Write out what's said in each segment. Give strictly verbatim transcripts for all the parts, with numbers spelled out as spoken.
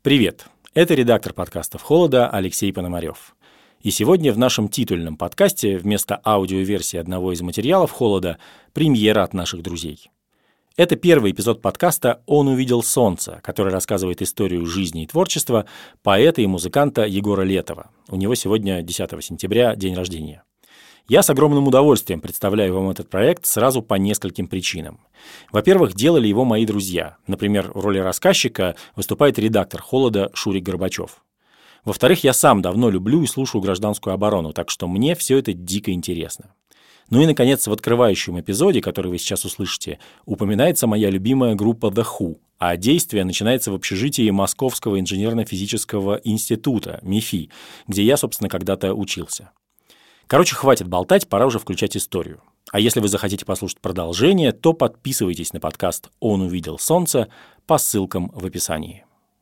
Привет! Это редактор подкастов «Холода» Алексей Пономарев. И сегодня в нашем титульном подкасте вместо аудиоверсии одного из материалов «Холода» премьера от наших друзей. Это первый эпизод подкаста «Он увидел солнце», который рассказывает историю жизни и творчества поэта и музыканта Егора Летова. У него сегодня десятого сентября день рождения. Я с огромным удовольствием представляю вам этот проект сразу по нескольким причинам. Во-первых, делали его мои друзья. Например, в роли рассказчика выступает редактор «Холода» Шурик Горбачев. Во-вторых, я сам давно люблю и слушаю гражданскую оборону, так что мне все это дико интересно. Ну и, наконец, в открывающем эпизоде, который вы сейчас услышите, упоминается моя любимая группа The Who, а действие начинается в общежитии Московского инженерно-физического института, МИФИ, где я, собственно, когда-то учился. Короче, хватит болтать, пора уже включать историю. А если вы захотите послушать продолжение, то подписывайтесь на подкаст «Он увидел солнце» по ссылкам в описании.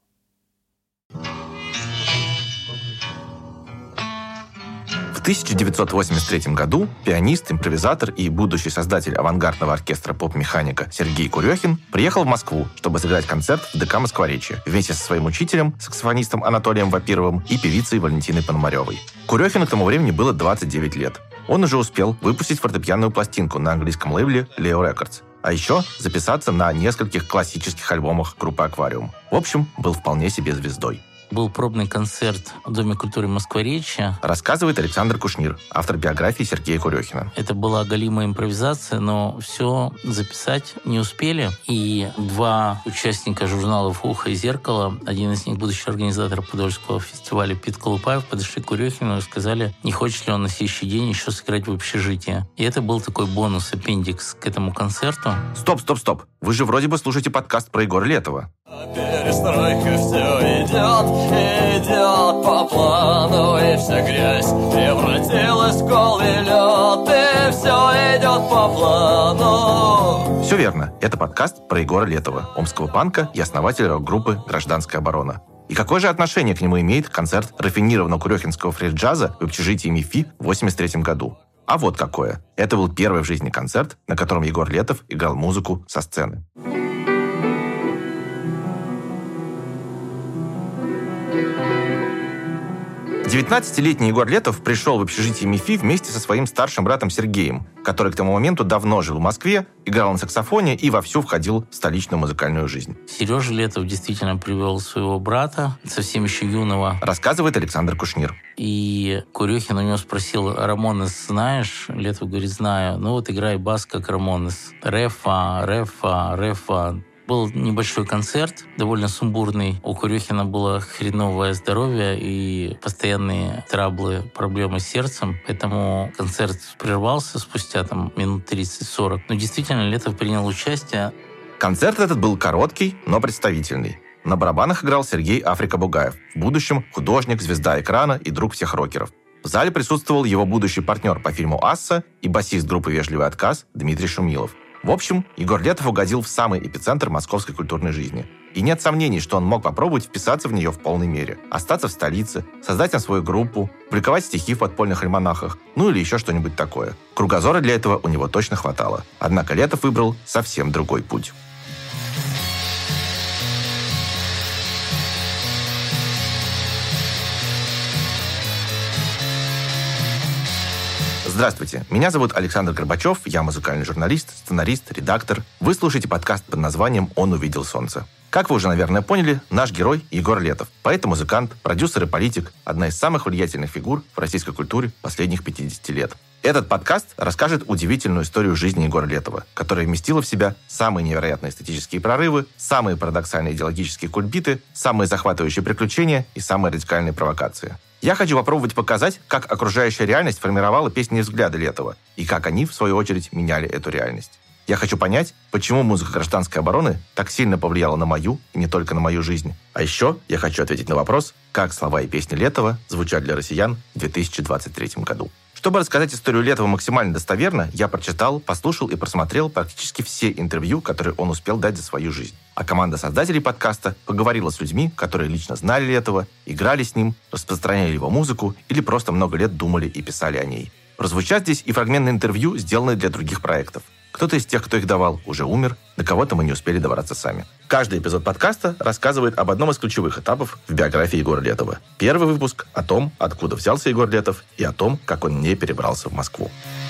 В тысяча девятьсот восемьдесят третьем году пианист, импровизатор и будущий создатель авангардного оркестра поп-механика Сергей Курехин приехал в Москву, чтобы сыграть концерт в ДК Москворечье вместе со своим учителем, саксофонистом Анатолием Вапировым и певицей Валентиной Пономаревой. Курехину к тому времени было двадцать девять лет. Он уже успел выпустить фортепианную пластинку на английском лейбле Leo Records, а еще записаться на нескольких классических альбомах группы «Аквариум». В общем, был вполне себе звездой. Был пробный концерт в Доме культуры Москворечья. Рассказывает Александр Кушнир, автор биографии Сергея Курехина. Это была голимая импровизация, но все записать не успели. И два участника журналов «Ухо» и «Зеркало», один из них будущий организатор Подольского фестиваля Пит Колупаев, подошли к Курехину и сказали, не хочет ли он на следующий день еще сыграть в общежитии. И это был такой бонус, аппендикс к этому концерту. Стоп, стоп, стоп. Вы же вроде бы слушаете подкаст про Егора Летова. Перестройка все идет, идет по плану, и вся грязь превратилась в голый лед, и все идет по плану. Все верно. Это подкаст про Егора Летова, омского панка и основателя рок-группы «Гражданская оборона». И какое же отношение к нему имеет концерт рафинированного курехинского фри-джаза в общежитии МИФИ в восемьдесят третьем году? А вот какое. Это был первый в жизни концерт, на котором Егор Летов играл музыку со сцены. девятнадцатилетний Егор Летов пришел в общежитие МИФИ вместе со своим старшим братом Сергеем, который к тому моменту давно жил в Москве, играл на саксофоне и вовсю входил в столичную музыкальную жизнь. Сережа Летов действительно привел своего брата, совсем еще юного. Рассказывает Александр Кушнир. И Курехин у него спросил, Рамонес знаешь? Летов говорит, знаю. Ну вот играй бас, как Рамонес. Рефа, рефа, рефа. Был небольшой концерт, довольно сумбурный. У Курехина было хреновое здоровье и постоянные траблы, проблемы с сердцем. Поэтому концерт прервался спустя там, минут тридцать-сорок. Но действительно Летов принял участие. Концерт этот был короткий, но представительный. На барабанах играл Сергей Африка Бугаев, в будущем художник, звезда экрана и друг всех рокеров. В зале присутствовал его будущий партнер по фильму «Асса» и басист группы «Вежливый отказ» Дмитрий Шумилов. В общем, Егор Летов угодил в самый эпицентр московской культурной жизни. И нет сомнений, что он мог попробовать вписаться в нее в полной мере. Остаться в столице, создать там свою группу, публиковать стихи в подпольных альманахах, ну или еще что-нибудь такое. Кругозора для этого у него точно хватало. Однако Летов выбрал совсем другой путь. Здравствуйте, меня зовут Александр Горбачев, я музыкальный журналист, сценарист, редактор. Вы слушаете подкаст под названием «Он увидел солнце». Как вы уже, наверное, поняли, наш герой Егор Летов. Поэт и музыкант, продюсер и политик, одна из самых влиятельных фигур в российской культуре последних пятидесяти лет. Этот подкаст расскажет удивительную историю жизни Егора Летова, которая вместила в себя самые невероятные эстетические прорывы, самые парадоксальные идеологические кульбиты, самые захватывающие приключения и самые радикальные провокации. Я хочу попробовать показать, как окружающая реальность формировала песни и взгляды Летова, и как они, в свою очередь, меняли эту реальность. Я хочу понять, почему музыка гражданской обороны так сильно повлияла на мою и не только на мою жизнь. А еще я хочу ответить на вопрос, как слова и песни Летова звучат для россиян в две тысячи двадцать третьем году. Чтобы рассказать историю Летова максимально достоверно, я прочитал, послушал и просмотрел практически все интервью, которые он успел дать за свою жизнь. А команда создателей подкаста поговорила с людьми, которые лично знали Летова, играли с ним, распространяли его музыку или просто много лет думали и писали о ней. Прозвучат здесь и фрагменты интервью, сделанные для других проектов. Кто-то из тех, кто их давал, уже умер, до кого-то мы не успели добраться сами. Каждый эпизод подкаста рассказывает об одном из ключевых этапов в биографии Егора Летова. Первый выпуск о том, откуда взялся Егор Летов, и о том, как он не перебрался в Москву.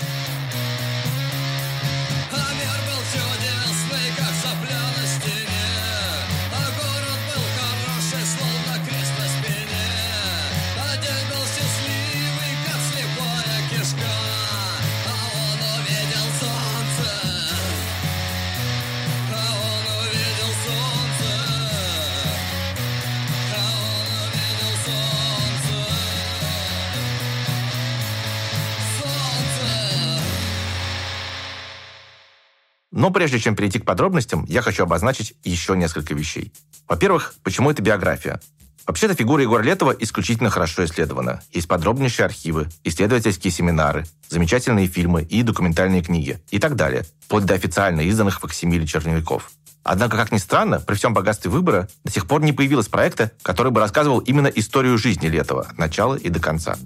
Но прежде чем перейти к подробностям, я хочу обозначить еще несколько вещей. Во-первых, почему это биография? Вообще-то фигура Егора Летова исключительно хорошо исследована. Есть подробнейшие архивы, исследовательские семинары, замечательные фильмы и документальные книги и так далее, вплоть до официально изданных факсимиле черновиков. Однако, как ни странно, при всем богатстве выбора до сих пор не появилось проекта, который бы рассказывал именно историю жизни Летова от начала и до конца.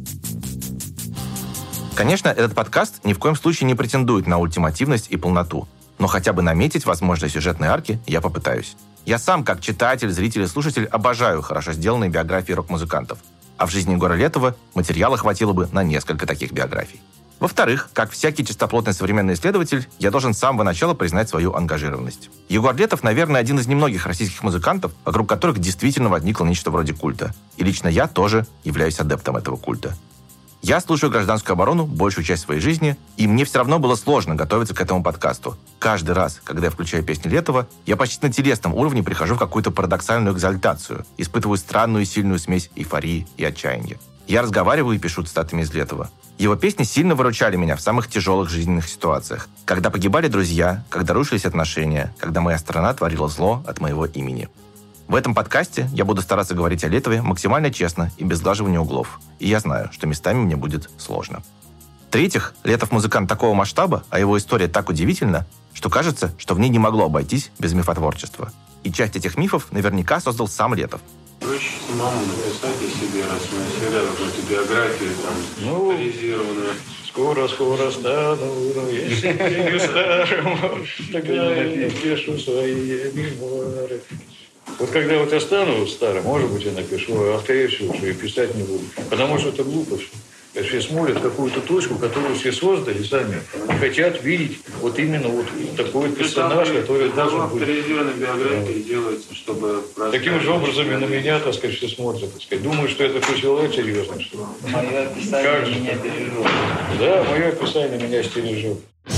Конечно, этот подкаст ни в коем случае не претендует на ультимативность и полноту, но хотя бы наметить возможные сюжетные арки я попытаюсь. Я сам, как читатель, зритель и слушатель, обожаю хорошо сделанные биографии рок-музыкантов, а в жизни Егора Летова материала хватило бы на несколько таких биографий. Во-вторых, как всякий чистоплотный современный исследователь, я должен с самого начала признать свою ангажированность. Егор Летов, наверное, один из немногих российских музыкантов, вокруг которых действительно возникло нечто вроде культа. И лично я тоже являюсь адептом этого культа. Я слушаю «Гражданскую оборону» большую часть своей жизни, и мне все равно было сложно готовиться к этому подкасту. Каждый раз, когда я включаю песни Летова, я почти на телесном уровне прихожу в какую-то парадоксальную экзальтацию, испытываю странную и сильную смесь эйфории и отчаяния. Я разговариваю и пишу цитатами из Летова. Его песни сильно выручали меня в самых тяжелых жизненных ситуациях. Когда погибали друзья, когда рушились отношения, когда моя страна творила зло от моего имени. В этом подкасте я буду стараться говорить о Летове максимально честно и без сглаживания углов. И я знаю, что местами мне будет сложно. В-третьих, Летов музыкант такого масштаба, а его история так удивительна, что кажется, что в ней не могло обойтись без мифотворчества. И часть этих мифов наверняка создал сам Летов. Проще самому написать о себе, раз мы всегда какую-то биографию там ну, детализированную. Скоро, скоро стану, если не старым, тогда я напишу свои мемуары. Вот когда вот я стану старым, может быть, я напишу, а скорее всего, что я писать не буду. Потому что это глупость. Все смотрят какую-то точку, которую все создали сами, и хотят видеть вот именно вот такой персонаж, это, который это должен быть. Авторизированной биографии делается, чтобы... Таким же образом и на меня, так сказать, все смотрят, так сказать. Думаю, что это такой человек серьезный. Что... Мое описание как меня бережет. Да, мое описание меня стережет.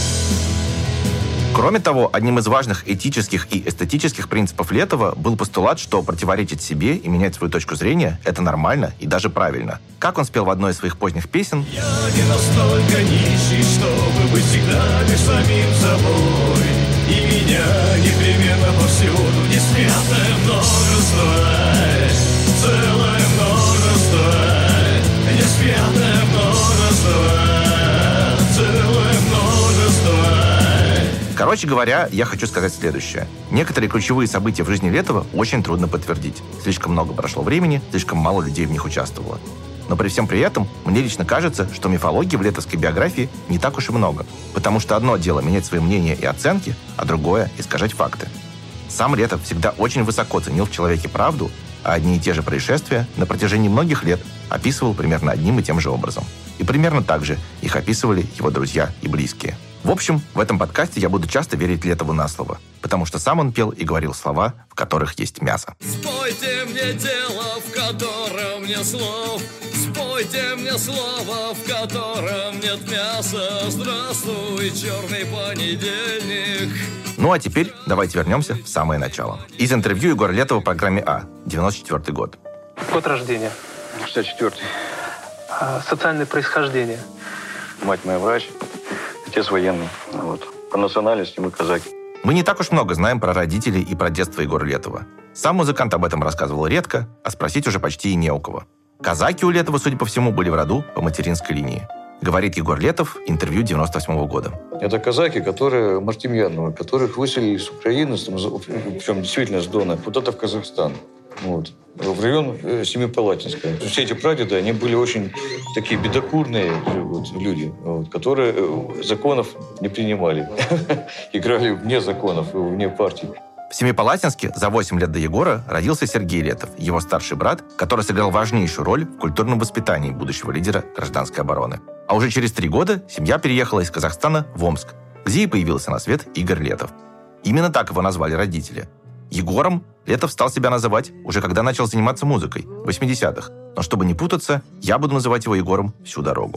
Кроме того, одним из важных этических и эстетических принципов Летова был постулат, что противоречить себе и менять свою точку зрения – это нормально и даже правильно. Как он спел в одной из своих поздних песен: «Я не настолько нищий, чтобы быть всегда лишь самим собой, и меня непременно повсюду несметное множество, целое множество, несметное множество, целое множество». Короче говоря, я хочу сказать следующее. Некоторые ключевые события в жизни Летова очень трудно подтвердить. Слишком много прошло времени, слишком мало людей в них участвовало. Но при всем при этом, мне лично кажется, что мифологии в летовской биографии не так уж и много. Потому что одно дело менять свои мнения и оценки, а другое – искажать факты. Сам Летов всегда очень высоко ценил в человеке правду, а одни и те же происшествия на протяжении многих лет описывал примерно одним и тем же образом. И примерно так же их описывали его друзья и близкие. В общем, в этом подкасте я буду часто верить Летову на слово, потому что сам он пел и говорил слова, в которых есть мясо. Спойте мне дело, в котором нет слов, спойте мне слово, в котором нет мяса. Здравствуй, черный понедельник. Ну а теперь давайте вернемся в самое начало. Из интервью Егора Летова в программе «А», девяносто четвёртый год. Год рождения. шестьдесят четвёртый. А, социальное происхождение. Мать моя врач. Отец военный. Вот. По национальности мы казаки. Мы не так уж много знаем про родителей и про детство Егора Летова. Сам музыкант об этом рассказывал редко, а спросить уже почти и не у кого. Казаки у Летова, судя по всему, были в роду по материнской линии. Говорит Егор Летов, интервью девяносто восьмого года. Это казаки, которые Мартемьянова, которых выселили с Украины, причем действительно с Дона, куда-то в Казахстан. Вот. В район Семипалатинска. Все эти прадеды, они были очень такие бедокурные вот, люди, вот, которые законов не принимали. Играли вне законов, вне партий. В Семипалатинске за восемь лет до Егора родился Сергей Летов, его старший брат, который сыграл важнейшую роль в культурном воспитании будущего лидера гражданской обороны. А уже через три года семья переехала из Казахстана в Омск, где и появился на свет Игорь Летов. Именно так его назвали родители. Егором Летов стал себя называть уже когда начал заниматься музыкой, в восьмидесятых. Но чтобы не путаться, я буду называть его Егором всю дорогу.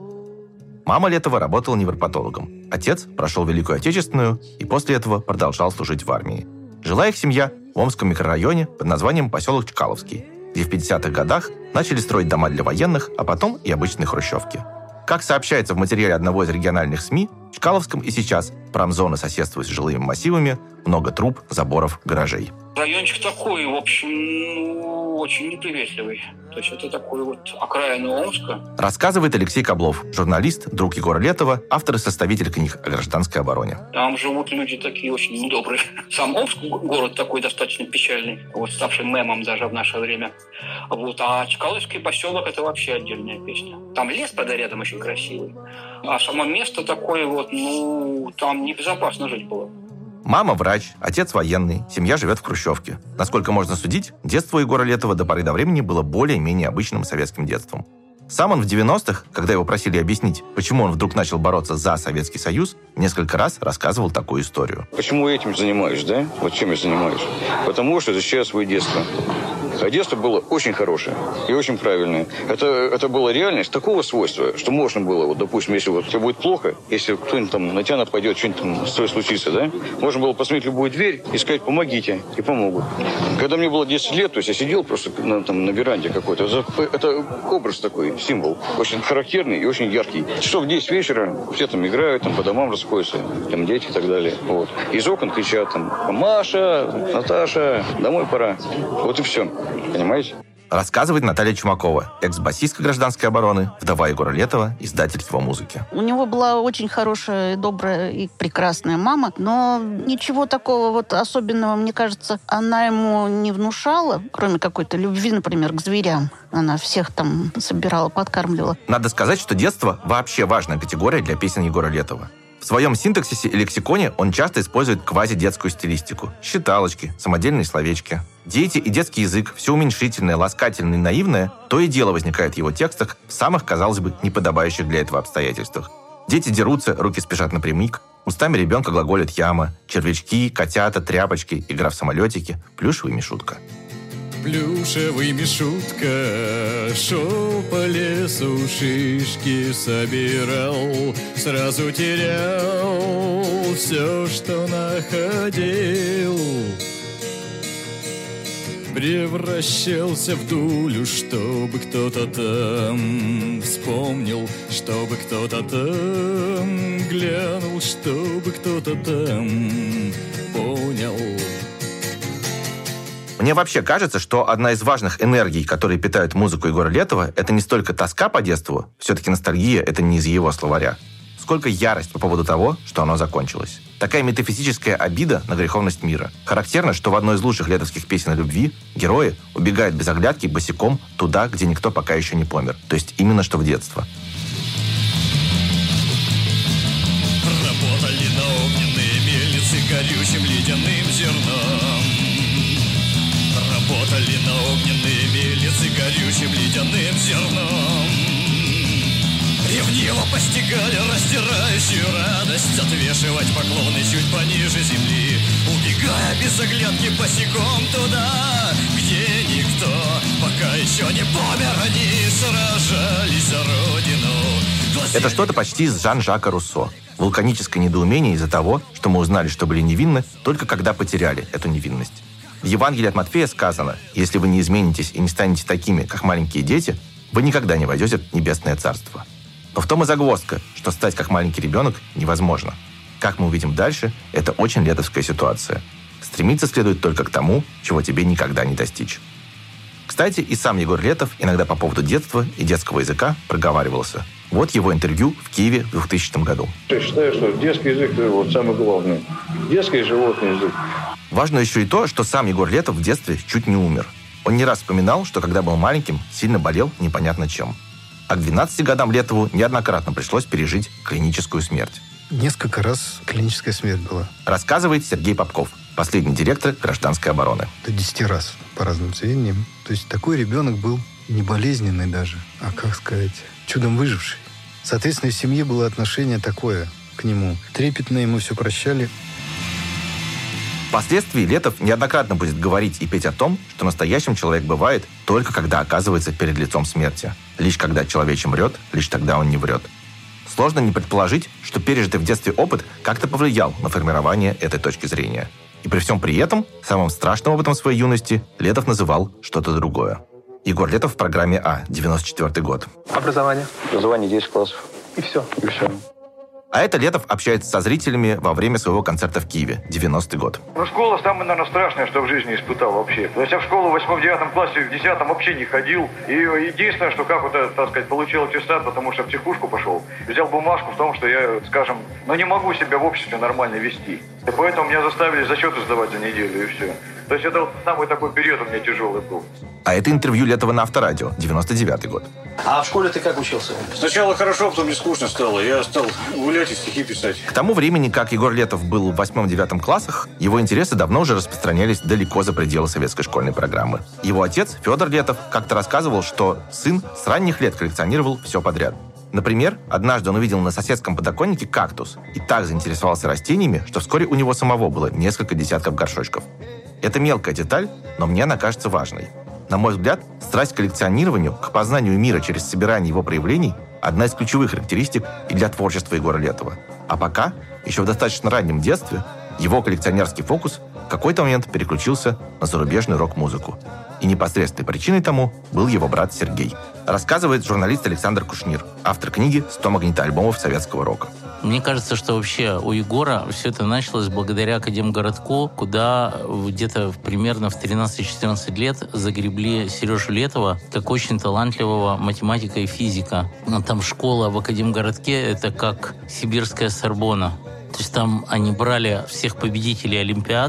Мама Летова работала невропатологом. Отец прошел Великую Отечественную и после этого продолжал служить в армии. Жила их семья в Омском микрорайоне под названием поселок Чкаловский, где в пятидесятых годах начали строить дома для военных, а потом и обычные хрущевки. Как сообщается в материале одного из региональных СМИ, в Чкаловском и сейчас промзона соседствует с жилыми массивами, много труб, заборов, гаражей. Райончик такой, в общем, ну, очень неприветливый. То есть это такой вот окраина Омска. Рассказывает Алексей Коблов, журналист, друг Егора Летова, автор и составитель книг о гражданской обороне. Там живут люди такие очень недобрые. Сам Омск город такой достаточно печальный, вот ставший мемом даже в наше время. Вот. А Чкаловский поселок — это вообще отдельная песня. Там лес, правда, рядом очень красивый. А само место такое вот, ну, там небезопасно жить было. Мама врач, отец военный, семья живет в хрущевке. Насколько можно судить, детство Егора Летова до поры до времени было более-менее обычным советским детством. Сам он в девяностых, когда его просили объяснить, почему он вдруг начал бороться за Советский Союз, несколько раз рассказывал такую историю. Почему я этим занимаюсь, да? Вот чем я занимаюсь? Потому что защищаю свое детство. А детство было очень хорошее и очень правильное. Это, это была реальность такого свойства, что можно было, вот, допустим, если вот тебе будет плохо, если кто-нибудь там на тебя нападет, что-нибудь там с тобой случится, да, можно было посмотреть любую дверь и сказать: помогите, и помогут. Когда мне было десять лет, то есть я сидел просто на, там, на веранде какой-то. Это образ такой, символ, очень характерный и очень яркий. Часов в десять вечера все там играют, там по домам расходятся, там дети и так далее. Вот. Из окон кричат там: Маша, Наташа, домой пора. Вот и все. Понимаете? Рассказывает Наталья Чумакова, экс-басистка гражданской обороны, вдова Егора Летова, издатель его музыки. У него была очень хорошая, добрая и прекрасная мама, но ничего такого вот особенного, мне кажется, она ему не внушала, кроме какой-то любви, например, к зверям. Она всех там собирала, подкармливала. Надо сказать, что детство вообще важная категория для песен Егора Летова. В своем синтаксисе и лексиконе он часто использует квазидетскую стилистику. Считалочки, самодельные словечки. Дети и детский язык, все уменьшительное, ласкательное и наивное, то и дело возникает в его текстах в самых, казалось бы, неподобающих для этого обстоятельствах. Дети дерутся, руки спешат напрямик, устами ребенка глаголит яма, червячки, котята, тряпочки, игра в самолетики, плюшевый Мишутка. Плюшевый Мишутка шел по лесу, шишки собирал, сразу терял все, что находил. Превращался в дулю, чтобы кто-то там вспомнил, чтобы кто-то там глянул, чтобы кто-то там понял. Мне вообще кажется, что одна из важных энергий, которые питают музыку Егора Летова, это не столько тоска по детству, все-таки ностальгия — это не из его словаря, сколько ярость по поводу того, что оно закончилось. Такая метафизическая обида на греховность мира. Характерно, что в одной из лучших летовских песен о любви герои убегают без оглядки босиком туда, где никто пока еще не помер. То есть именно что в детство. Работали на огненные мельницы горючим ледяным зерном. Работали на огненные мельницы горючим ледяным зерном. Ревниво постигали раздирающую радость, отвешивать поклоны чуть пониже земли, убегая без оглядки босиком туда, где никто пока еще не помер. Они сражались за родину. Это что-то почти из Жан-Жака Руссо. Вулканическое недоумение из-за того, что мы узнали, что были невинны, только когда потеряли эту невинность. В Евангелии от Матфея сказано: «Если вы не изменитесь и не станете такими, как маленькие дети, вы никогда не войдете в небесное царство». Но в том и загвоздка, что стать как маленький ребенок невозможно. Как мы увидим дальше, это очень летовская ситуация. Стремиться следует только к тому, чего тебе никогда не достичь. Кстати, и сам Егор Летов иногда по поводу детства и детского языка проговаривался. Вот его интервью в Киеве в двухтысячном году. Я считаю, что детский язык – это вот самое главное. Детский и животный язык. Важно еще и то, что сам Егор Летов в детстве чуть не умер. Он не раз вспоминал, что когда был маленьким, сильно болел непонятно чем. А к двенадцати годам Летову неоднократно пришлось пережить клиническую смерть. Несколько раз клиническая смерть была. Рассказывает Сергей Попков, последний директор гражданской обороны. До десяти раз, по разным сведениям. То есть такой ребенок был не болезненный даже, а, как сказать, чудом выживший. Соответственно, в семье было отношение такое к нему. Трепетно ему все прощали. Впоследствии Летов неоднократно будет говорить и петь о том, что настоящим человек бывает только когда оказывается перед лицом смерти. Лишь когда человече мрет, лишь тогда он не врет. Сложно не предположить, что пережитый в детстве опыт как-то повлиял на формирование этой точки зрения. И при всем при этом, самым страшным опытом своей юности Летов называл что-то другое. Егор Летов в программе «А», девяносто четвёртый год. Образование. Образование десять классов. И все. И все. А это Летов общается со зрителями во время своего концерта в Киеве, девяностый год. Ну, школа самое, наверное, страшное, что в жизни испытал вообще. То есть я в школу в восьмом-девятом классе, в десятом вообще не ходил. И единственное, что как вот, так сказать, получил аттестат, потому что в психушку пошел, взял бумажку в том, что я, скажем, ну не могу себя в обществе нормально вести. И поэтому меня заставили зачеты сдавать за неделю, и все. То есть это вот самый такой период у меня тяжелый был. А это интервью Летова на Авторадио, девяносто девятый год. А в школе ты как учился? Сначала хорошо, потом мне скучно стало. Я стал гулять и стихи писать. К тому времени, как Егор Летов был в восьмом-девятом классах, его интересы давно уже распространялись далеко за пределы советской школьной программы. Его отец, Федор Летов, как-то рассказывал, что сын с ранних лет коллекционировал все подряд. Например, однажды он увидел на соседском подоконнике кактус и так заинтересовался растениями, что вскоре у него самого было несколько десятков горшочков. Это мелкая деталь, но мне она кажется важной. На мой взгляд, страсть к коллекционированию, к познанию мира через собирание его проявлений – одна из ключевых характеристик и для творчества Егора Летова. А пока, еще в достаточно раннем детстве, его коллекционерский фокус в какой-то момент переключился на зарубежную рок-музыку. И непосредственной причиной тому был его брат Сергей. Рассказывает журналист Александр Кушнир, автор книги «сто магнитоальбомов советского рока». Мне кажется, что вообще у Егора все это началось благодаря Академгородку, куда где-то примерно в тринадцать-четырнадцать лет загребли Сережу Летова, как очень талантливого математика и физика. Там школа в Академгородке — это как сибирская Сорбонна. То есть там они брали всех победителей Олимпиад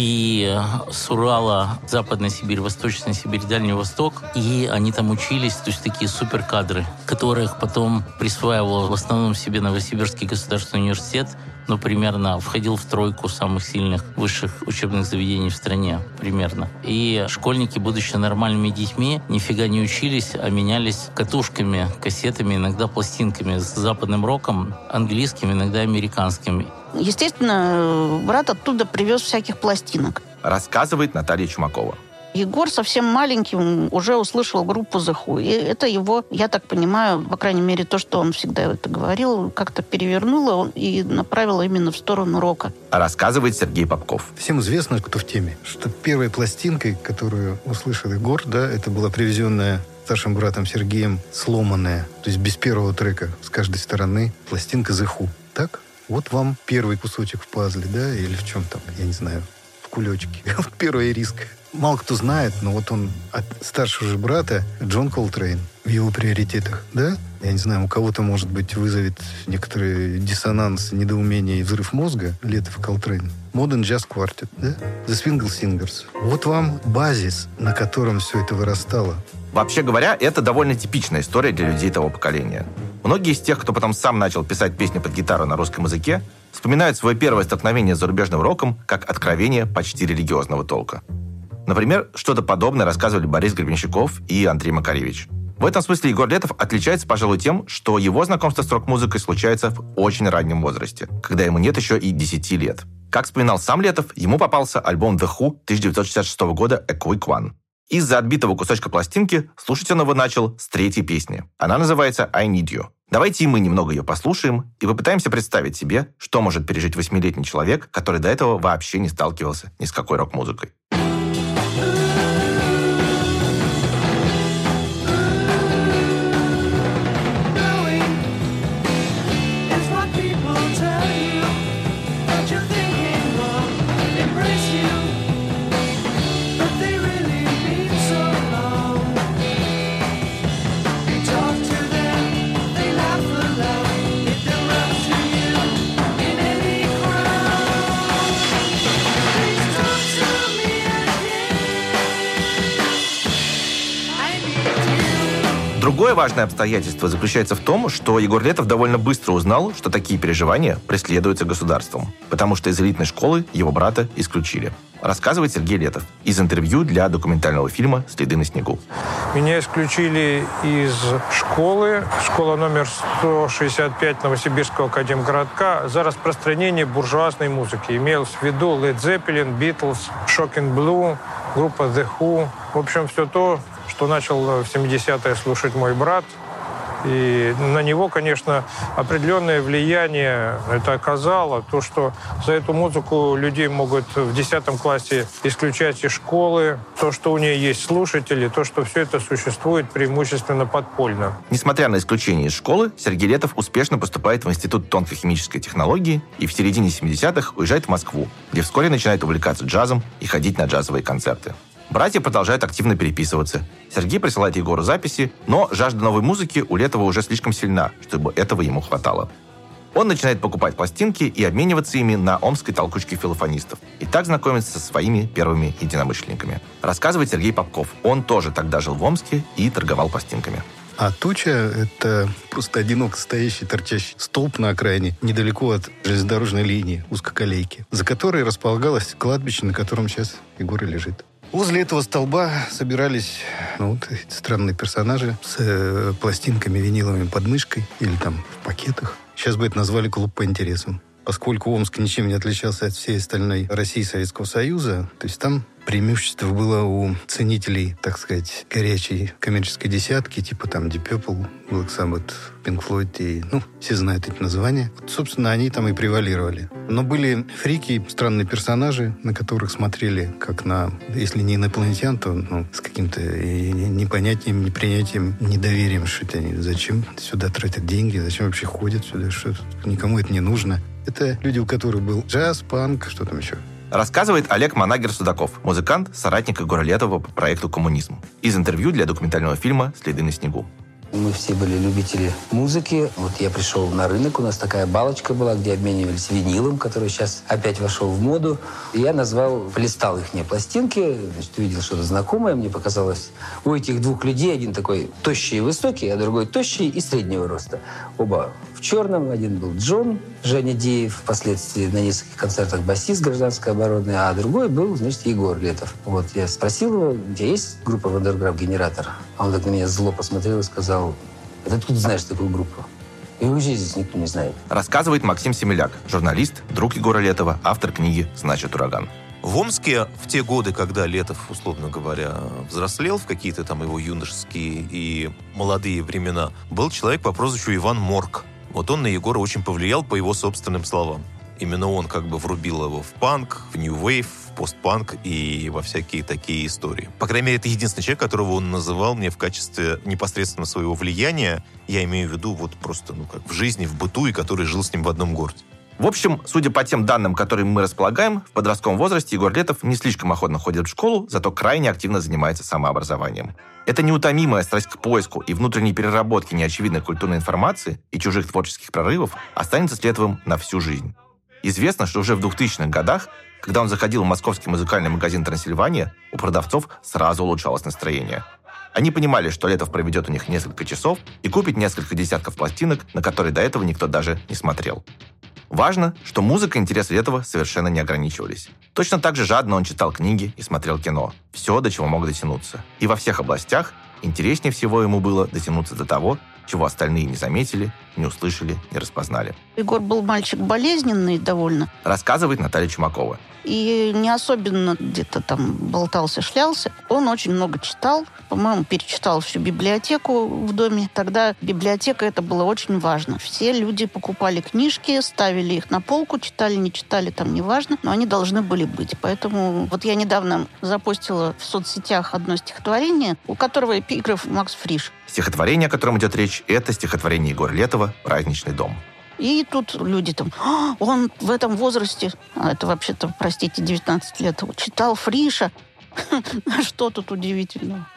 и с Урала, Западная Сибирь, Восточная Сибирь, Дальний Восток, и они там учились, то есть такие суперкадры, которых потом присваивал в основном себе Новосибирский государственный университет, но примерно входил в тройку самых сильных высших учебных заведений в стране, примерно. И школьники, будучи нормальными детьми, нифига не учились, а менялись катушками, кассетами, иногда пластинками с западным роком, английским, иногда американским. Естественно, брат оттуда привез всяких пластинок. Рассказывает Наталья Чумакова. Егор совсем маленьким уже услышал группу The Who. И это его, я так понимаю, по крайней мере, то, что он всегда это говорил, как-то перевернуло и направило именно в сторону рока. А рассказывает Сергей Попков. Всем известно, кто в теме, что первой пластинкой, которую услышал Егор, да, это была привезенная старшим братом Сергеем сломанная, то есть без первого трека с каждой стороны, пластинка The Who. Так? Вот вам первый кусочек в пазле, да, или в чем там, я не знаю, в кулечке. Вот первая риска. Мало кто знает, но вот он от старшего же брата Джон Колтрейн в его приоритетах, да? Я не знаю, у кого-то, может быть, вызовет некоторый диссонанс, недоумение и взрыв мозга Летов и Колтрейн. Modern Jazz Quartet, да? The Swingle Singers. Вот вам базис, на котором все это вырастало. Вообще говоря, это довольно типичная история для людей того поколения. Многие из тех, кто потом сам начал писать песни под гитару на русском языке, вспоминают свое первое столкновение с зарубежным роком как откровение почти религиозного толка. Например, что-то подобное рассказывали Борис Гребенщиков и Андрей Макаревич. В этом смысле Егор Летов отличается, пожалуй, тем, что его знакомство с рок-музыкой случается в очень раннем возрасте, когда ему нет еще и десяти лет. Как вспоминал сам Летов, ему попался альбом The Who тысяча девятьсот шестьдесят шестого года «A Quick One». Из-за отбитого кусочка пластинки слушать он его начал с третьей песни. Она называется «I Need You». Давайте и мы немного ее послушаем и попытаемся представить себе, что может пережить восьмилетний человек, который до этого вообще не сталкивался ни с какой рок-музыкой. Другое важное обстоятельство заключается в том, что Егор Летов довольно быстро узнал, что такие переживания преследуются государством, потому что из элитной школы его брата исключили. Рассказывает Сергей Летов из интервью для документального фильма «Следы на снегу». Меня исключили из школы, школа номер сто шестьдесят пять Новосибирского академгородка, за распространение буржуазной музыки. Имелось в виду Led Zeppelin, Beatles, Shocking Blue, группа The Who. В общем, все то, что начал в семидесятые слушать мой брат. И на него, конечно, определенное влияние это оказало. То, что за эту музыку людей могут в десятом классе исключать из школы, то, что у нее есть слушатели, то, что все это существует преимущественно подпольно. Несмотря на исключение из школы, Сергей Летов успешно поступает в Институт тонкохимической технологии и в середине семидесятых уезжает в Москву, где вскоре начинает увлекаться джазом и ходить на джазовые концерты. Братья продолжают активно переписываться. Сергей присылает Егору записи, но жажда новой музыки у Летова уже слишком сильна, чтобы этого ему хватало. Он начинает покупать пластинки и обмениваться ими на омской толкучке филофонистов. И так знакомится со своими первыми единомышленниками. Рассказывает Сергей Попков. Он тоже тогда жил в Омске и торговал пластинками. А туча — это просто одиноко стоящий, торчащий столб на окраине, недалеко от железнодорожной линии, узкоколейки, за которой располагалось кладбище, на котором сейчас Егор и лежит. Возле этого столба собирались ну, вот, эти странные персонажи с э, пластинками виниловыми под мышкой или там в пакетах. Сейчас бы это назвали клуб по интересам. Поскольку Омск ничем не отличался от всей остальной России и Советского Союза, то есть там преимущество было у ценителей, так сказать, горячей коммерческой десятки, типа там Deep Purple, Black Sabbath, Pink Floyd, и, ну, все знают эти названия. Вот, собственно, они там и превалировали. Но были фрики, странные персонажи, на которых смотрели как на, если не инопланетян, то ну, с каким-то непонятием, непринятием, недоверием, что это они, зачем сюда тратят деньги, зачем вообще ходят сюда, что никому это не нужно. Это люди, у которых был джаз, панк, что там еще. Рассказывает Олег Манагер-Судаков, музыкант, соратник Егора Летова по проекту «Коммунизм». Из интервью для документального фильма «Следы на снегу». Мы все были любители музыки. Вот я пришел на рынок, у нас такая балочка была, где обменивались винилом, который сейчас опять вошел в моду. И я назвал, полистал их пластинки, значит, увидел что-то знакомое. Мне показалось, у этих двух людей один такой тощий и высокий, а другой тощий и среднего роста. Оба в черном. Один был Джон, Женя Деев, впоследствии на нескольких концертах басист гражданской обороны, а другой был, значит, Егор Летов. Вот я спросил его, у тебя есть группа «Вандерграф Генератор»? А он так на меня зло посмотрел и сказал: «А ты откуда знаешь такую группу? И вообще здесь никто не знает». Рассказывает Максим Семеляк, журналист, друг Егора Летова, автор книги «Значит, ураган». В Омске в те годы, когда Летов, условно говоря, взрослел, в какие-то там его юношеские и молодые времена, был человек по прозвищу Иван Морг. Вот он на Егора очень повлиял, по его собственным словам. Именно он как бы врубил его в панк, в нью-вейв, в постпанк и во всякие такие истории. По крайней мере, это единственный человек, которого он называл мне в качестве непосредственно своего влияния. Я имею в виду вот просто, ну, как в жизни, в быту, и который жил с ним в одном городе. В общем, судя по тем данным, которыми мы располагаем, в подростковом возрасте Егор Летов не слишком охотно ходит в школу, зато крайне активно занимается самообразованием. Эта неутомимая страсть к поиску и внутренней переработке неочевидной культурной информации и чужих творческих прорывов останется с Летовым на всю жизнь. Известно, что уже в двухтысячных годах, когда он заходил в московский музыкальный магазин «Трансильвания», у продавцов сразу улучшалось настроение. Они понимали, что Летов проведет у них несколько часов и купит несколько десятков пластинок, на которые до этого никто даже не смотрел. Важно, что музыка и интересы Летова совершенно не ограничивались. Точно так же жадно он читал книги и смотрел кино. Все, до чего мог дотянуться. И во всех областях интереснее всего ему было дотянуться до того, чего остальные не заметили, не услышали, не распознали. Егор был мальчик болезненный довольно. Рассказывает Наталья Чумакова. И не особенно где-то там болтался, шлялся. Он очень много читал. По-моему, перечитал всю библиотеку в доме. Тогда библиотека — это было очень важно. Все люди покупали книжки, ставили их на полку, читали, не читали, там неважно, но они должны были быть. Поэтому вот я недавно запостила в соцсетях одно стихотворение, у которого эпиграф Макс Фриш. Стихотворение, о котором идет речь, это стихотворение Егора Летова «Праздничный дом». И тут люди там, а, он в этом возрасте, а это вообще-то, простите, девятнадцать лет, читал Фриша. Что тут удивительного?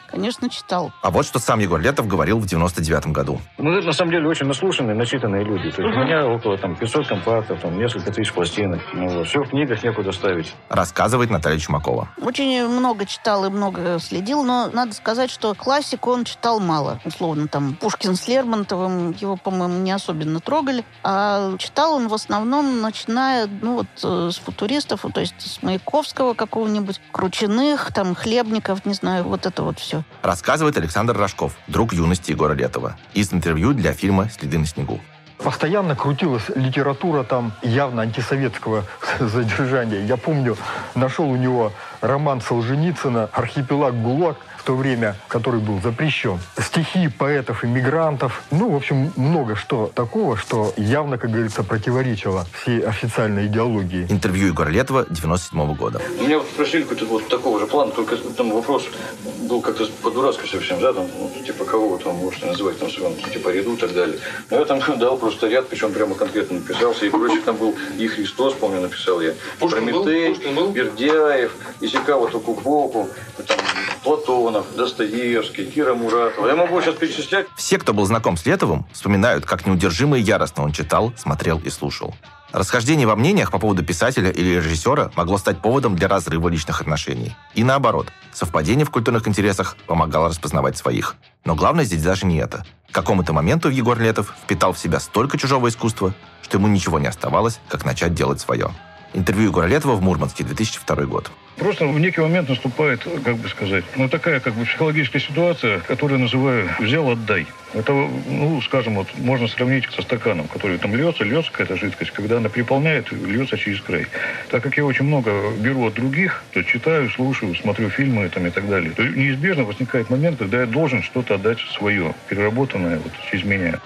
Конечно, читал. А вот что сам Егор Летов говорил в девяносто девятом году. Мы, на самом деле, очень наслушанные, начитанные люди. То есть у меня около там, пятьсот компактов, там, несколько тысяч пластинок. Ну, вот. Все в книгах, некуда ставить. Рассказывает Наталья Чумакова. Очень много читал и много следил, но надо сказать, что классику он читал мало. Условно, там, Пушкин с Лермонтовым, его, по-моему, не особенно трогали. А читал он в основном, начиная, ну, вот, с футуристов, то есть с Маяковского какого-нибудь, Кручиных, там, Хлебников, не знаю, вот это вот все. Рассказывает Александр Рожков, друг юности Егора Летова, из интервью для фильма «Следы на снегу». Постоянно крутилась литература там явно антисоветского задержания. Я помню, нашел у него роман Солженицына «Архипелаг ГУЛАГ», в то время, который был запрещен. Стихи поэтов, иммигрантов. Ну, в общем, много что такого, что явно, как говорится, противоречило всей официальной идеологии. Интервью Егора Летова девяносто седьмого года. Меня вот спросили какой-то вот такого же плана, только там вопрос был как-то по-дурацки совсем, да, там, ну, типа, кого вы там можете называть, там, своем, типа, ряду и так далее. Но я там дал просто ряд, причем прямо конкретно написался, и прочих там был и Христос, помню, написал я, Прометей, Бердяев, Исикава Токупоку, там, Платонов, Достоевский, Кира Муратова. Я могу сейчас перечислять. Все, кто был знаком с Летовым, вспоминают, как неудержимо и яростно он читал, смотрел и слушал. Расхождение во мнениях по поводу писателя или режиссера могло стать поводом для разрыва личных отношений. И наоборот, совпадение в культурных интересах помогало распознавать своих. Но главное здесь даже не это. К какому-то моменту Егор Летов впитал в себя столько чужого искусства, что ему ничего не оставалось, как начать делать свое. Интервью Егора Летова в Мурманске, две тысячи второй год. Просто в некий момент наступает, как бы сказать, ну, такая как бы психологическая ситуация, которую называю «взял, отдай». Это, ну, скажем, вот можно сравнить со стаканом, который там льется, льется какая-то жидкость, когда она переполняет, льется через край. Так как я очень много беру от других, то читаю, слушаю, смотрю фильмы там, и так далее, то неизбежно возникает момент, когда я должен что-то отдать свое, переработанное вот через меня.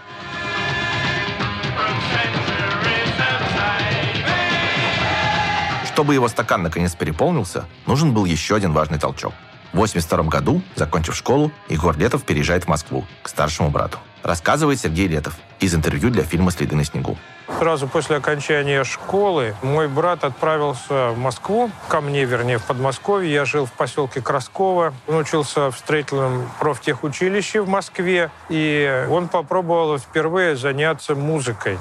Чтобы его стакан наконец переполнился, нужен был еще один важный толчок. В восемьдесят втором году, закончив школу, Егор Летов переезжает в Москву к старшему брату. Рассказывает Сергей Летов из интервью для фильма «Следы на снегу». Сразу после окончания школы мой брат отправился в Москву, ко мне, вернее, в Подмосковье. Я жил в поселке Красково. Он учился в строительном профтехучилище в Москве, и он попробовал впервые заняться музыкой.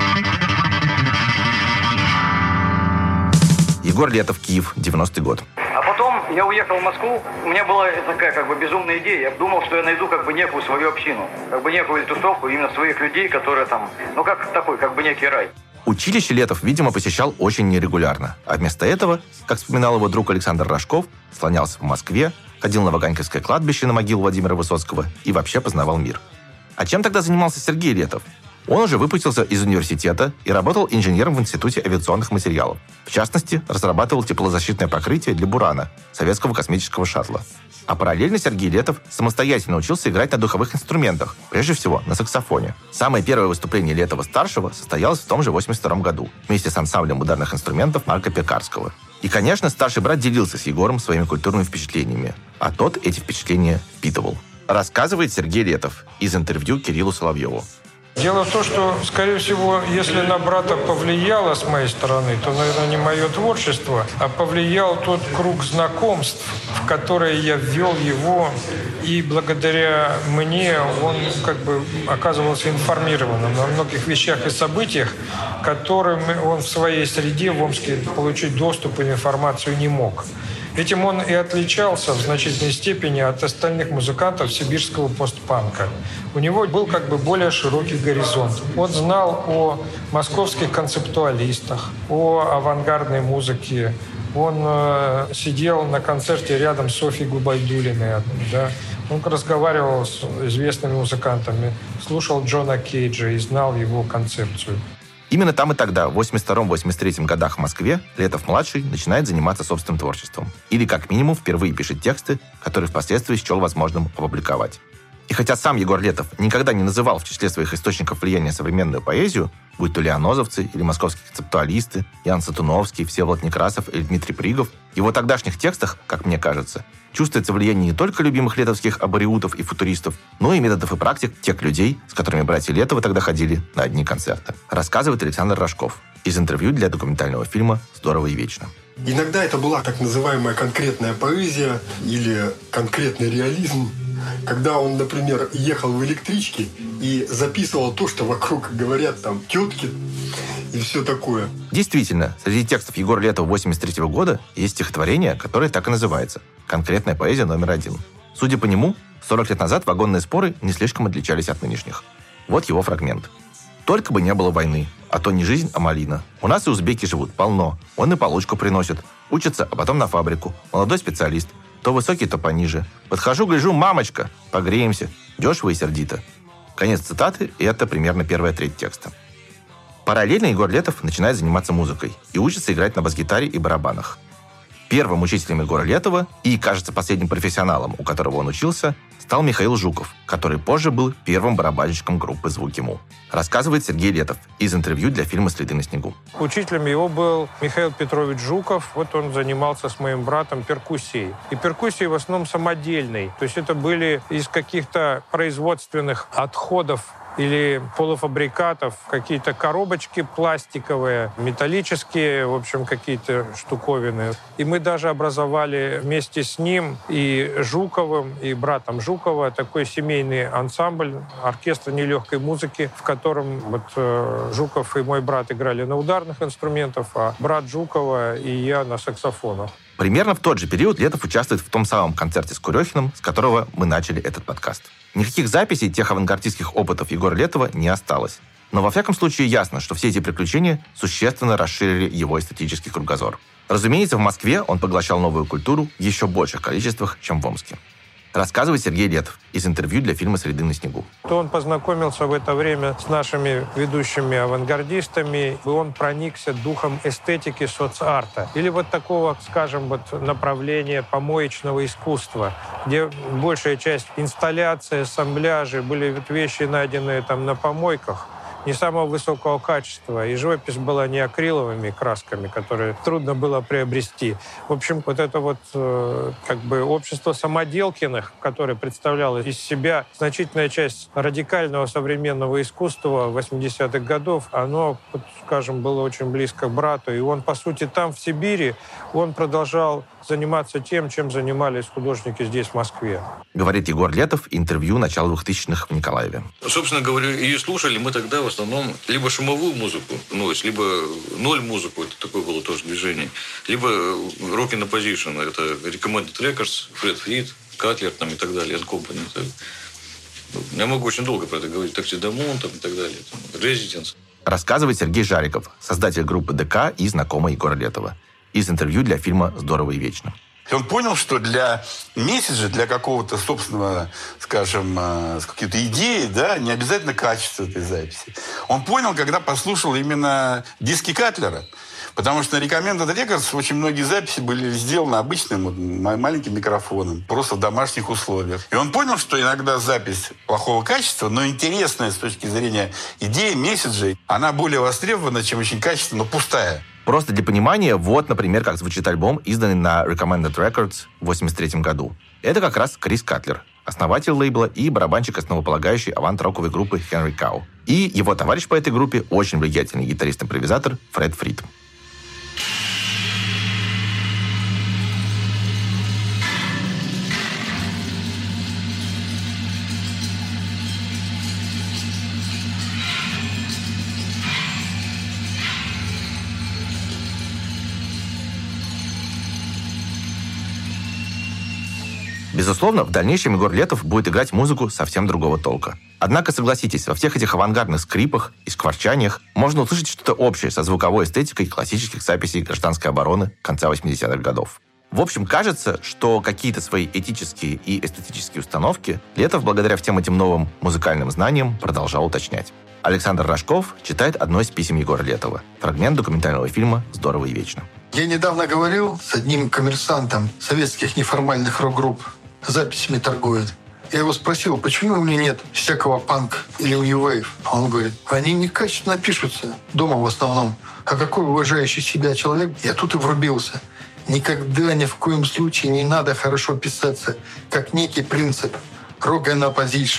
Егор Летов, Киев, девяностый год. А потом я уехал в Москву. У меня была такая как бы безумная идея. Я думал, что я найду как бы некую свою общину, как бы некую тусовку именно своих людей, которые там, ну как такой, как бы некий рай. Училище Летов, видимо, посещал очень нерегулярно. А вместо этого, как вспоминал его друг Александр Рожков, слонялся в Москве, ходил на Ваганьковское кладбище на могилу Владимира Высоцкого и вообще познавал мир. А чем тогда занимался Сергей Летов? Он уже выпустился из университета и работал инженером в Институте авиационных материалов. В частности, разрабатывал теплозащитное покрытие для «Бурана» советского космического шаттла. А параллельно Сергей Летов самостоятельно учился играть на духовых инструментах, прежде всего на саксофоне. Самое первое выступление Летова-старшего состоялось в том же восемьдесят втором году вместе с ансамблем ударных инструментов Марка Пекарского. И, конечно, старший брат делился с Егором своими культурными впечатлениями, а тот эти впечатления впитывал. Рассказывает Сергей Летов из интервью Кириллу Соловьеву. Дело в том, что, скорее всего, если на брата повлияло с моей стороны, то, наверное, не мое творчество, а повлиял тот круг знакомств, в который я ввел его, и благодаря мне он как бы оказывался информированным о многих вещах и событиях, которым он в своей среде в Омске получить доступ и информацию не мог. Этим он и отличался в значительной степени от остальных музыкантов сибирского постпанка. У него был как бы более широкий горизонт. Он знал о московских концептуалистах, о авангардной музыке. Он э, сидел на концерте рядом с Софьей Губайдулиной. Да? Он разговаривал с известными музыкантами, слушал Джона Кейджа и знал его концепцию. Именно там и тогда, в восемьдесят втором — восемьдесят третьем годах в Москве, Летов-младший начинает заниматься собственным творчеством. Или, как минимум, впервые пишет тексты, которые впоследствии счел возможным опубликовать. И хотя сам Егор Летов никогда не называл в числе своих источников влияния современную поэзию, будь то лианозовцы или московские концептуалисты, Ян Сатуновский, Всеволод Некрасов или Дмитрий Пригов, в его тогдашних текстах, как мне кажется, чувствуется влияние не только любимых летовских абориутов и футуристов, но и методов и практик тех людей, с которыми братья Летовы тогда ходили на одни концерты. Рассказывает Александр Рожков. из интервью для документального фильма «Здорово и вечно». Иногда это была так называемая конкретная поэзия или конкретный реализм, когда он, например, ехал в электричке и записывал то, что вокруг говорят там тетки и все такое. Действительно, среди текстов Егора Летова восемьдесят третьего года есть стихотворение, которое так и называется «Конкретная поэзия номер один». Судя по нему, сорок лет назад вагонные споры не слишком отличались от нынешних. Вот его фрагмент. «Только бы не было войны, а то не жизнь, а малина. У нас и узбеки живут полно. Он и получку приносит. Учится, а потом на фабрику. Молодой специалист. То высокий, то пониже. Подхожу, гляжу, мамочка, погреемся. Дешево и сердито». Конец цитаты, и это примерно первая треть текста. Параллельно Егор Летов начинает заниматься музыкой и учится играть на бас-гитаре и барабанах. Первым учителем Егора Летова и, кажется, последним профессионалом, у которого он учился, стал Михаил Жуков, который позже был первым барабанщиком группы «Звуки Му». Рассказывает Сергей Летов из интервью для фильма «Следы на снегу». Учителем его был Михаил Петрович Жуков. Вот он занимался с моим братом перкуссией. И перкуссией в основном самодельной. То есть это были из каких-то производственных отходов или полуфабрикатов, какие-то коробочки пластиковые, металлические, в общем, какие-то штуковины. И мы даже образовали вместе с ним и Жуковым, и братом Жукова такой семейный ансамбль, оркестр нелегкой музыки, в котором вот э, Жуков и мой брат играли на ударных инструментах, а брат Жукова и я на саксофонах. Примерно в тот же период Летов участвует в том самом концерте с Курехиным, с которого мы начали этот подкаст. Никаких записей тех авангардистских опытов Егора Летова не осталось. Но во всяком случае ясно, что все эти приключения существенно расширили его эстетический кругозор. Разумеется, в Москве он поглощал новую культуру в еще больших количествах, чем в Омске. Рассказывает Сергей Летов из интервью для фильма «Следы на снегу». Он познакомился в это время с нашими ведущими авангардистами, и он проникся духом эстетики соцарта. Или вот такого, скажем, вот направления помоечного искусства, где большая часть инсталляций, ассамбляжей были вот вещи, найденные там на помойках, не самого высокого качества. И живопись была не акриловыми красками, которые трудно было приобрести. В общем, вот это вот э, как бы общество самоделкиных, которое представляло из себя значительная часть радикального современного искусства восьмидесятых годов, оно, вот, скажем, было очень близко к брату. И он, по сути, там, в Сибири, он продолжал заниматься тем, чем занимались художники здесь, в Москве. Говорит Егор Летов, интервью начала двухтысячных в Николаеве. Собственно говоря, и слушали мы тогда в основном либо шумовую музыку, ну, либо ноль музыку, это такое было тоже движение, либо Rockin' Opposition, это Recommended Records, Фред Фрид, Катлер там, и так далее, and Company. Я могу очень долго про это говорить. Такси Дамон там, и так далее. Residence. Рассказывает Сергей Жариков, создатель группы ДК и знакомый Егора Летова. Из интервью для фильма «Здорово и вечно». Он понял, что для месседжа, для какого-то собственного, скажем, какой-то идеи, да, не обязательно качество этой записи. Он понял, когда послушал именно диски Катлера. Потому что на Recommended Records очень многие записи были сделаны обычным вот, маленьким микрофоном, просто в домашних условиях. И он понял, что иногда запись плохого качества, но интересная с точки зрения идеи, месседжей, она более востребована, чем очень качественная, но пустая. Просто для понимания, вот, например, как звучит альбом, изданный на Recommended Records в восемьдесят третьем году. Это как раз Крис Катлер, основатель лейбла и барабанщик основополагающей авант-роковой группы Henry Cow. И его товарищ по этой группе, очень влиятельный гитарист-импровизатор Фред Фрид. Безусловно, в дальнейшем Егор Летов будет играть музыку совсем другого толка. Однако, согласитесь, во всех этих авангардных скрипах и скворчаниях можно услышать что-то общее со звуковой эстетикой классических записей гражданской обороны конца восьмидесятых годов. В общем, кажется, что какие-то свои этические и эстетические установки Летов, благодаря всем этим новым музыкальным знаниям, продолжал уточнять. Александр Рожков читает одно из писем Егора Летова. Фрагмент документального фильма «Здорово и вечно». Я недавно говорил с одним коммерсантом советских неформальных рок-групп, записями торгует. Я его спросил, почему у меня нет всякого панк или нью-вейв? А он говорит, они некачественно пишутся, дома в основном. А какой уважающий себя человек, я тут и врубился. Никогда ни в коем случае не надо хорошо писаться, как некий принцип. Rock and Opposition.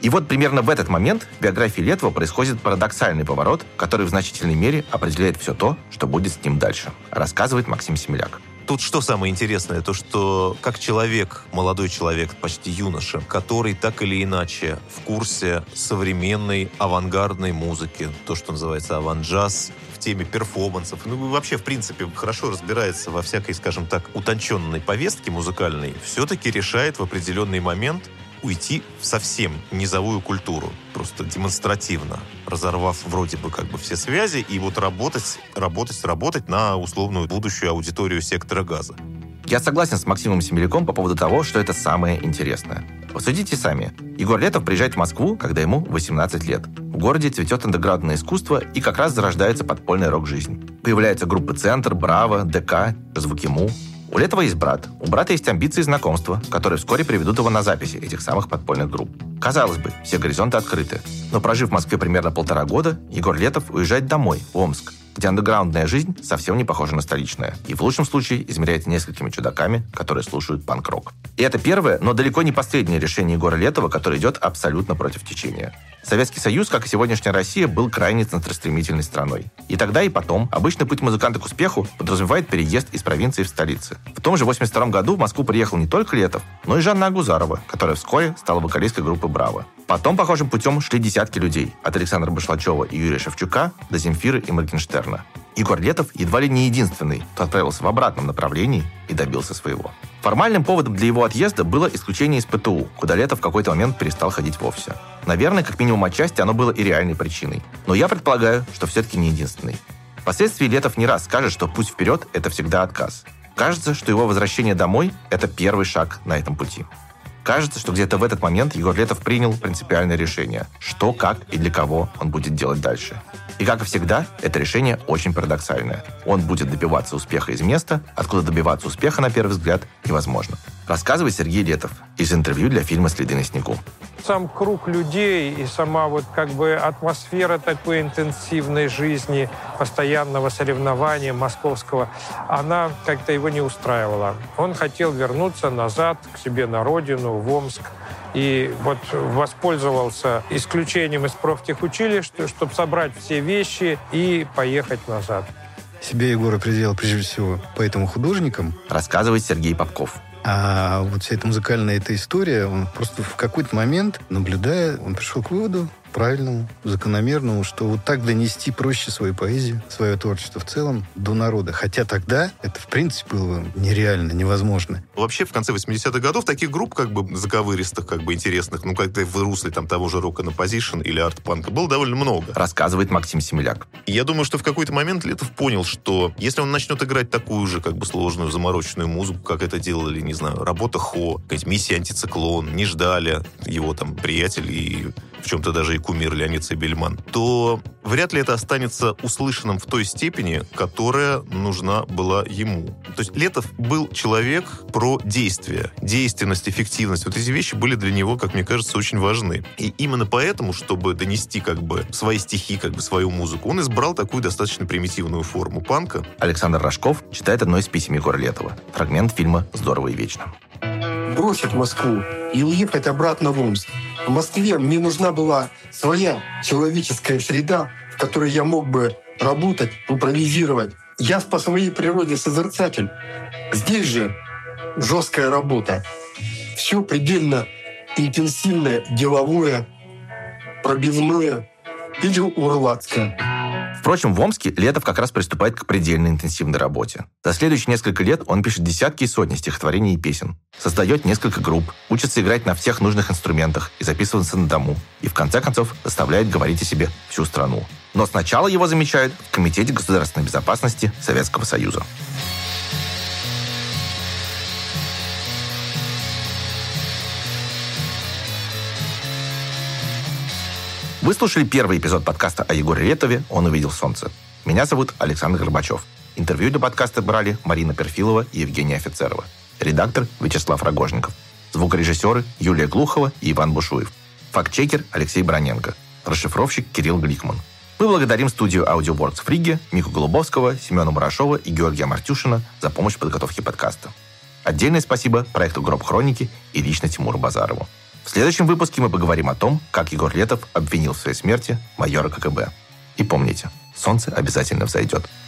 И вот примерно в этот момент в биографии Летова происходит парадоксальный поворот, который в значительной мере определяет все то, что будет с ним дальше, рассказывает Максим Семеляк. Тут что самое интересное, то что как человек, молодой человек, почти юноша, который так или иначе в курсе современной авангардной музыки, то, что называется аванджаз, в теме перформансов, ну вообще, в принципе, хорошо разбирается во всякой, скажем так, утонченной повестке музыкальной, все-таки решает в определенный момент уйти в совсем низовую культуру, просто демонстративно, разорвав вроде бы как бы все связи, и вот работать, работать, работать на условную будущую аудиторию сектора газа. Я согласен с Максимом Семеляком по поводу того, что это самое интересное. Посудите сами. Егор Летов приезжает в Москву, когда ему восемнадцать лет. В городе цветет андеграундное искусство, и как раз зарождается подпольная рок-жизнь. Появляются группы «Центр», «Браво», «ДК», «Звуки Му». У Летова есть брат. У брата есть амбиции и знакомства, которые вскоре приведут его на записи этих самых подпольных групп. Казалось бы, все горизонты открыты. Но прожив в Москве примерно полтора года, Егор Летов уезжает домой, в Омск, где андеграундная жизнь совсем не похожа на столичную. И в лучшем случае измеряется несколькими чудаками, которые слушают панк-рок. И это первое, но далеко не последнее решение Егора Летова, которое идет абсолютно против течения. Советский Союз, как и сегодняшняя Россия, был крайне центростремительной страной. И тогда, и потом обычный путь музыканта к успеху подразумевает переезд из провинции в столицу. В том же восемьдесят втором году в Москву приехал не только Летов, но и Жанна Агузарова, которая вскоре стала вокалисткой группы «Браво». Потом похожим путем шли десятки людей, от Александра Башлачева и Юрия Шевчука до Земфиры и Моргенштерна. Егор Летов едва ли не единственный, кто отправился в обратном направлении и добился своего. Формальным поводом для его отъезда было исключение из ПТУ, куда Летов в какой-то момент перестал ходить вовсе. Наверное, как минимум отчасти оно было и реальной причиной. Но я предполагаю, что все-таки не единственный. Впоследствии Летов не раз скажет, что путь вперед – это всегда отказ. Кажется, что его возвращение домой – это первый шаг на этом пути. Кажется, что где-то в этот момент Егор Летов принял принципиальное решение, что, как и для кого он будет делать дальше. И, как и всегда, это решение очень парадоксальное. Он будет добиваться успеха из места, откуда добиваться успеха, на первый взгляд, невозможно. Рассказывает Сергей Летов из интервью для фильма «Следы на снегу». Сам круг людей и сама вот как бы атмосфера такой интенсивной жизни, постоянного соревнования московского, она как-то его не устраивала. Он хотел вернуться назад к себе на родину, в Омск. И вот воспользовался исключением из профтехучилищ, чтобы собрать все вещи и поехать назад. Себя Егор определял прежде всего поэтому художником. Рассказывает Сергей Попков. А вот вся эта музыкальная эта история, он просто в какой-то момент, наблюдая, он пришел к выводу правильному, закономерному, что вот так донести проще свою поэзию, свое творчество в целом до народа. Хотя тогда это, в принципе, было нереально, невозможно. Вообще, в конце восьмидесятых годов таких групп, как бы, заковыристых, как бы, интересных, ну, как-то в русле там того же рока на позишн или арт-панка, было довольно много. Рассказывает Максим Семеляк. И я думаю, что в какой-то момент Летов понял, что если он начнет играть такую же, как бы, сложную, замороченную музыку, как это делали, не знаю, Работа Хо, миссия Антициклон, не ждали его там приятель и в чем-то даже и кумир Леонид Цибельман, то вряд ли это останется услышанным в той степени, которая нужна была ему. То есть Летов был человек про действие, действенность, эффективность. Вот эти вещи были для него, как мне кажется, очень важны. И именно поэтому, чтобы донести как бы свои стихи, как бы свою музыку, он избрал такую достаточно примитивную форму панка. Александр Рожков читает одно из писем Егора Летова. Фрагмент фильма «Здорово и вечно». Бросить Москву и уехать обратно в Омск. В Москве мне нужна была своя человеческая среда, в которой я мог бы работать, импровизировать. Я по своей природе созерцатель. Здесь же жесткая работа. Все предельно интенсивное, деловое, пробивное или урлацкое. Впрочем, в Омске Летов как раз приступает к предельно интенсивной работе. За следующие несколько лет он пишет десятки и сотни стихотворений и песен, создает несколько групп, учится играть на всех нужных инструментах и записываться на дому, и в конце концов заставляет говорить о себе всю страну. Но сначала его замечают в Комитете государственной безопасности Советского Союза. Вы слушали первый эпизод подкаста о Егоре Летове «Он увидел солнце». Меня зовут Александр Горбачев. Интервью для подкаста брали Марина Перфилова и Евгения Офицерова. Редактор Вячеслав Рогожников. Звукорежиссеры Юлия Глухова и Иван Бушуев. Фактчекер Алексей Броненко. Расшифровщик Кирилл Гликман. Мы благодарим студию Audioworks в Риге, Мику Голубовского, Семена Мурашова и Георгия Мартюшина за помощь в подготовке подкаста. Отдельное спасибо проекту «Гроб Хроники» и лично Тимуру Базарову. В следующем выпуске мы поговорим о том, как Егор Летов обвинил в своей смерти майора ка гэ бэ. И помните, солнце обязательно взойдет.